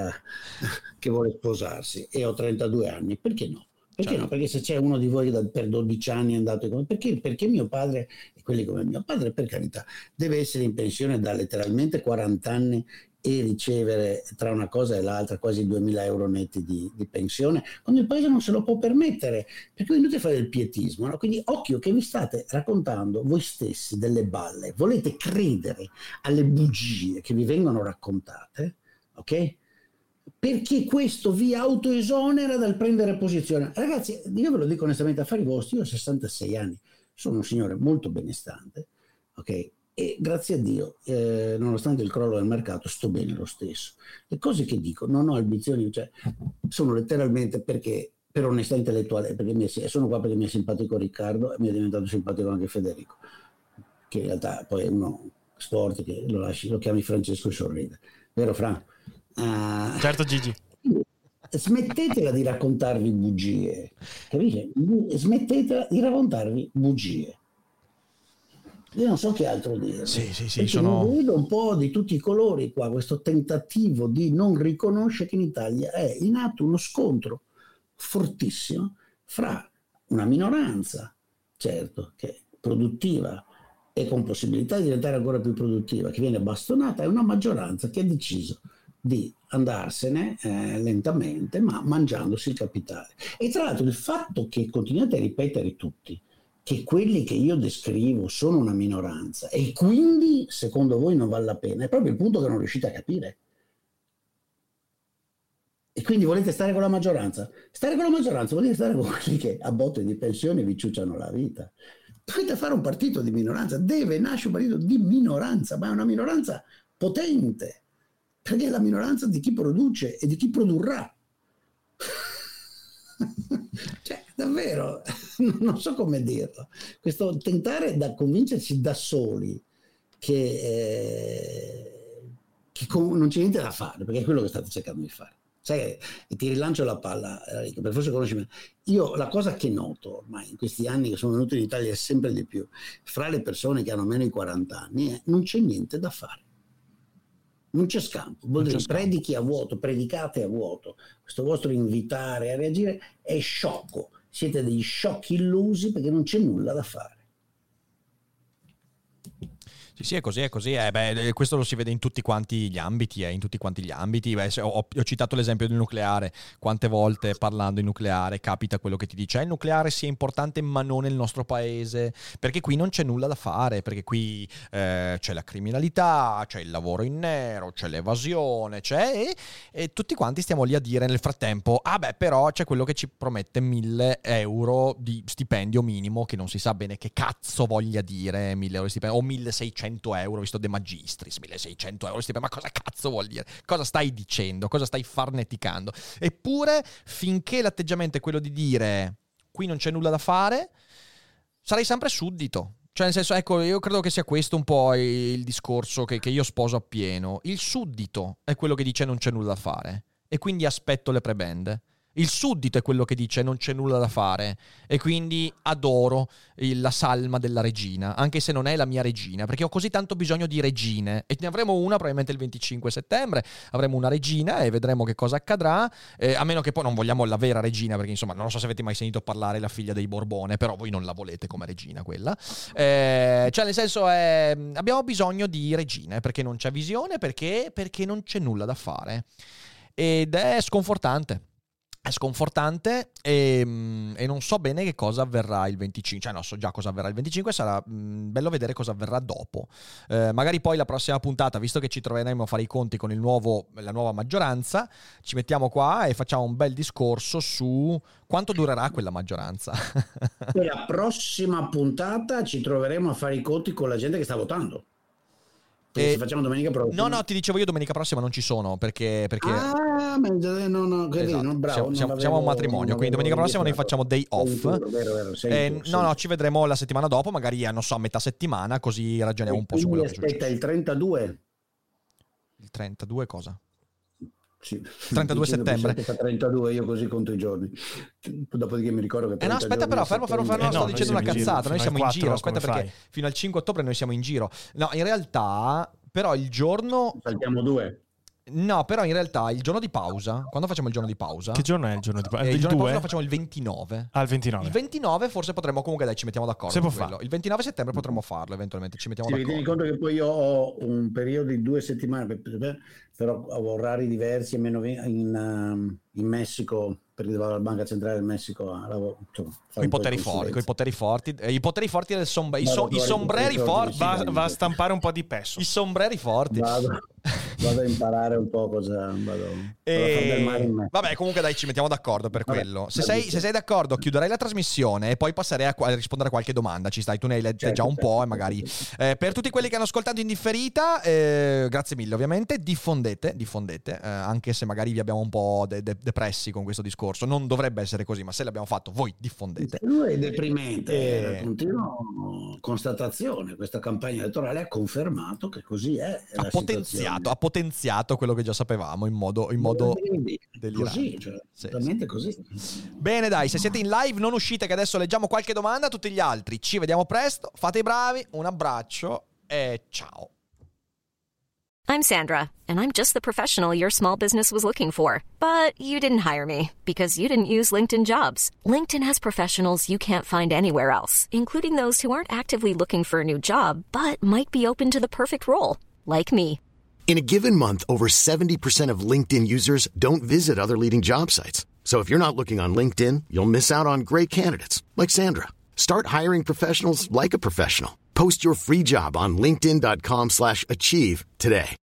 che vuole sposarsi e ho 32 anni, perché no? Perché no? Perché se c'è uno di voi che per 12 anni è andato perché mio padre e quelli come mio padre, per carità, deve essere in pensione da letteralmente 40 anni e ricevere tra una cosa e l'altra quasi 2.000 euro netti di pensione, quando il paese non se lo può permettere, perché è inutile fare del pietismo, no? Quindi occhio che vi state raccontando voi stessi delle balle, volete credere alle bugie che vi vengono raccontate, ok? Perché questo vi autoesonera dal prendere posizione. Ragazzi, io ve lo dico onestamente, affari vostri, io ho 66 anni, sono un signore molto benestante, ok? E grazie a Dio, nonostante il crollo del mercato, sto bene lo stesso. Le cose che dico, non ho ambizioni, cioè, sono letteralmente perché, per onestà intellettuale, perché sono qua perché mi è simpatico Riccardo e mi è diventato simpatico anche Federico, che in realtà poi è uno sport che lo chiami Francesco e sorride. Vero Fra? Certo Gigi. Smettetela di raccontarvi bugie, capite? Smettetela di raccontarvi bugie. Io non so che altro dire. Sì, Io vedo un po' di tutti i colori qua, questo tentativo di non riconoscere che in Italia è in atto uno scontro fortissimo fra una minoranza, certo, che è produttiva e con possibilità di diventare ancora più produttiva, che viene bastonata, e una maggioranza che ha deciso di andarsene lentamente, ma mangiandosi il capitale. E tra l'altro il fatto che continuate a ripetere tutti che quelli che io descrivo sono una minoranza e quindi secondo voi non vale la pena, è proprio il punto che non riuscite a capire. E quindi volete stare con la maggioranza. Stare con la maggioranza vuol dire stare con quelli che a botte di pensione vi ciucciano la vita. Dovete fare un partito di minoranza, deve nascere un partito di minoranza, ma è una minoranza potente, perché è la minoranza di chi produce e di chi produrrà. Cioè, davvero, non so come dirlo. Questo tentare da convincerci da soli che non c'è niente da fare, perché è quello che state cercando di fare. Sai, e ti rilancio la palla, Enrico, per forse conosci me. Io la cosa che noto ormai in questi anni che sono venuto in Italia sempre di più, fra le persone che hanno meno di 40 anni, è non c'è niente da fare. Non c'è scampo, vuol dire predichi a vuoto, predicate a vuoto. Questo vostro invitare a reagire è sciocco. Siete degli sciocchi illusi perché non c'è nulla da fare. Sì, è così, è così. Questo lo si vede in tutti quanti gli ambiti, ho citato l'esempio del nucleare. Quante volte parlando di nucleare capita quello che ti dice il nucleare sia importante ma non nel nostro paese, perché qui non c'è nulla da fare, perché qui c'è la criminalità, c'è il lavoro in nero, c'è l'evasione, e tutti quanti stiamo lì a dire nel frattempo però c'è quello che ci promette 1.000 euro di stipendio minimo, che non si sa bene che cazzo voglia dire 1.000 euro di stipendio, o 1.600 euro, visto De Magistris, 1.600 euro, ma cosa cazzo vuol dire? Cosa stai dicendo? Cosa stai farneticando? Eppure, finché l'atteggiamento è quello di dire qui non c'è nulla da fare, sarai sempre suddito. Cioè, nel senso, ecco, io credo che sia questo un po' il discorso che io sposo appieno. Il suddito è quello che dice non c'è nulla da fare, e quindi aspetto le prebende. Il suddito è quello che dice non c'è nulla da fare, e quindi adoro la salma della regina, anche se non è la mia regina, perché ho così tanto bisogno di regine, e ne avremo una probabilmente il 25 settembre, avremo una regina e vedremo che cosa accadrà, a meno che poi non vogliamo la vera regina, perché insomma non so se avete mai sentito parlare la figlia dei Borbone, però voi non la volete come regina quella, cioè nel senso abbiamo bisogno di regine, perché non c'è visione, perché non c'è nulla da fare. ed è sconfortante. È sconfortante e non so bene che cosa avverrà il 25, cioè no, so già cosa avverrà il 25, sarà bello vedere cosa avverrà dopo. Magari poi la prossima puntata, visto che ci troveremo a fare i conti con la nuova maggioranza, ci mettiamo qua e facciamo un bel discorso su quanto durerà quella maggioranza. E la prossima puntata ci troveremo a fare i conti con la gente che sta votando. Se facciamo domenica prossima. No, ti dicevo io domenica prossima non ci sono perché no, esatto. bravo, siamo a un matrimonio, quindi domenica prossima noi facciamo day off. Vero, ci vedremo la settimana dopo, magari a metà settimana, così ragioniamo un po' su quello che succede. Aspetta, il 32. Il 32 cosa? Sì. 32 settembre. 32, io così conto i giorni. Dopodiché mi ricordo che no, aspetta però, fermo, sto dicendo una cazzata. Noi siamo in giro, aspetta, perché fino al 5 ottobre noi siamo in giro. No, in realtà, però il giorno... Saltiamo 2. No, però in realtà il giorno di pausa, quando facciamo il giorno di pausa... Che giorno è il giorno di pausa? Il giorno di pausa lo facciamo il 29. Ah, il 29. Il 29 forse potremmo, comunque ci mettiamo d'accordo. Si può fare. Il 29 settembre potremmo farlo, eventualmente ci mettiamo d'accordo. Tieni conto che poi io ho un periodo di 2 settimane, però ho orari diversi, almeno in Messico, perché vado alla Banca Centrale del Messico a lavoro. Con i poteri forti del i sombreri forti. Va a stampare un po' di peso. I sombreri forti. Vado a imparare un po' cosa vado a fare del mare in me. Vabbè, comunque dai, ci mettiamo d'accordo per quello. Se sei d'accordo, chiuderei la trasmissione e poi passerei a rispondere a qualche domanda. Ci stai, tu ne hai lette già un po' e magari per tutti quelli che hanno ascoltato in differita, grazie mille ovviamente. Diffondete, anche se magari vi abbiamo un po' depressi con questo discorso. Non dovrebbe essere così, ma se l'abbiamo fatto, voi diffondete. Lui è deprimente, continua constatazione. Questa campagna elettorale ha confermato che così è. Ha potenziato quello che già sapevamo in modo delirante. Così, esattamente così. Bene, dai, se siete in live non uscite, che adesso leggiamo qualche domanda. Tutti gli altri ci vediamo presto, fate i bravi, un abbraccio e ciao. I'm Sandra, and I'm just the professional your small business was looking for. But you didn't hire me because you didn't use LinkedIn Jobs. LinkedIn has professionals you can't find anywhere else, including those who aren't actively looking for a new job, but might be open to the perfect role, like me. In a given month, over 70% of LinkedIn users don't visit other leading job sites. So if you're not looking on LinkedIn, you'll miss out on great candidates like Sandra. Start hiring professionals like a professional. Post your free job on linkedin.com/achieve today.